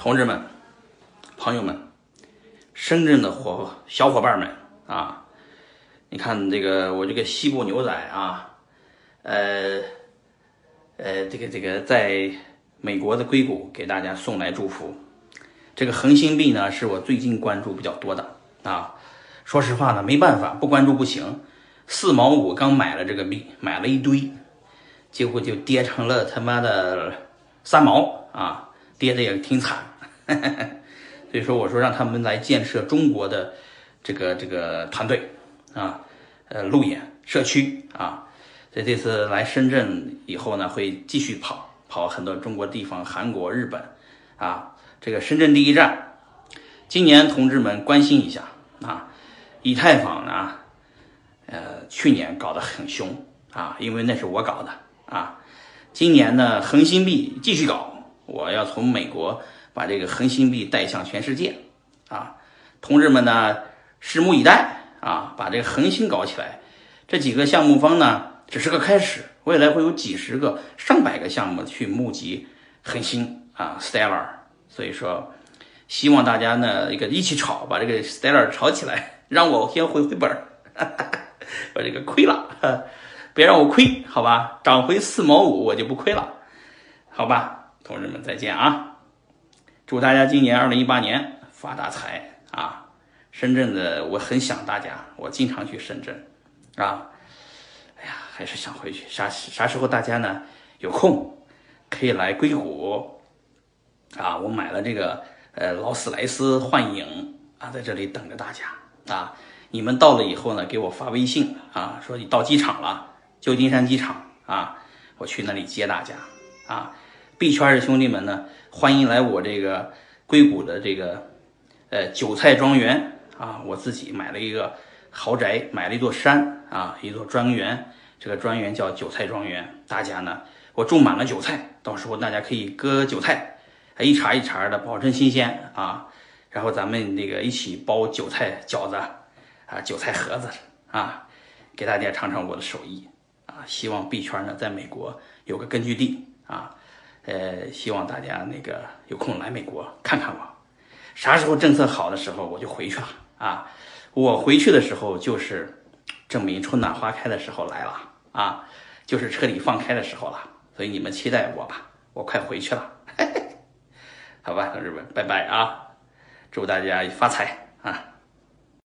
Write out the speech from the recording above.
同志们、朋友们、深圳的小伙伴们啊，你看这个我这个西部牛仔啊，这个在美国的硅谷给大家送来祝福。这个恒星币呢是我最近关注比较多的啊，说实话呢没办法，不关注不行。4毛5刚买了这个币，买了一堆，结果就跌成了他妈的3毛啊，跌的也挺惨。所以说我说让他们来建设中国的这个团队啊，路演社区啊，所以这次来深圳以后呢，会继续跑很多中国地方，韩国、日本啊，这个深圳第一站。今年同志们关心一下啊，以太坊呢，去年搞得很凶啊，因为那是我搞的啊。今年呢，恒星币继续搞，我要从美国把这个恒星币带向全世界啊！同志们呢，拭目以待啊！把这个恒星搞起来。这几个项目方呢，只是个开始，未来会有几十个、上百个项目去募集恒星啊 ，Stellar。所以说，希望大家呢一起炒，把这个 Stellar 炒起来，让我先回本儿，我这个亏了，别让我亏，好吧？涨回4毛5，我就不亏了，好吧？同志们再见啊！祝大家今年2018年发大财啊！深圳的我很想大家，我经常去深圳啊。哎呀，还是想回去。啥时候大家呢有空可以来硅谷啊？我买了这个劳斯莱斯幻影啊，在这里等着大家啊。你们到了以后呢，给我发微信啊，说你到机场了，旧金山机场啊，我去那里接大家啊。币圈的兄弟们呢，欢迎来我这个硅谷的这个韭菜庄园啊，我自己买了一个豪宅，买了一座山啊，一座庄园，这个庄园叫韭菜庄园。大家呢，我种满了韭菜，到时候大家可以割韭菜，一茬一茬的，保证新鲜啊。然后咱们那个一起包韭菜饺子啊，韭菜盒子啊，给大家尝尝我的手艺啊。希望币圈呢在美国有个根据地啊。希望大家那个有空来美国看看我，啥时候政策好的时候我就回去了啊。我回去的时候就是证明春暖花开的时候来了啊，就是彻底放开的时候了，所以你们期待我吧，我快回去了。好吧，同志们，拜拜啊！祝大家发财啊！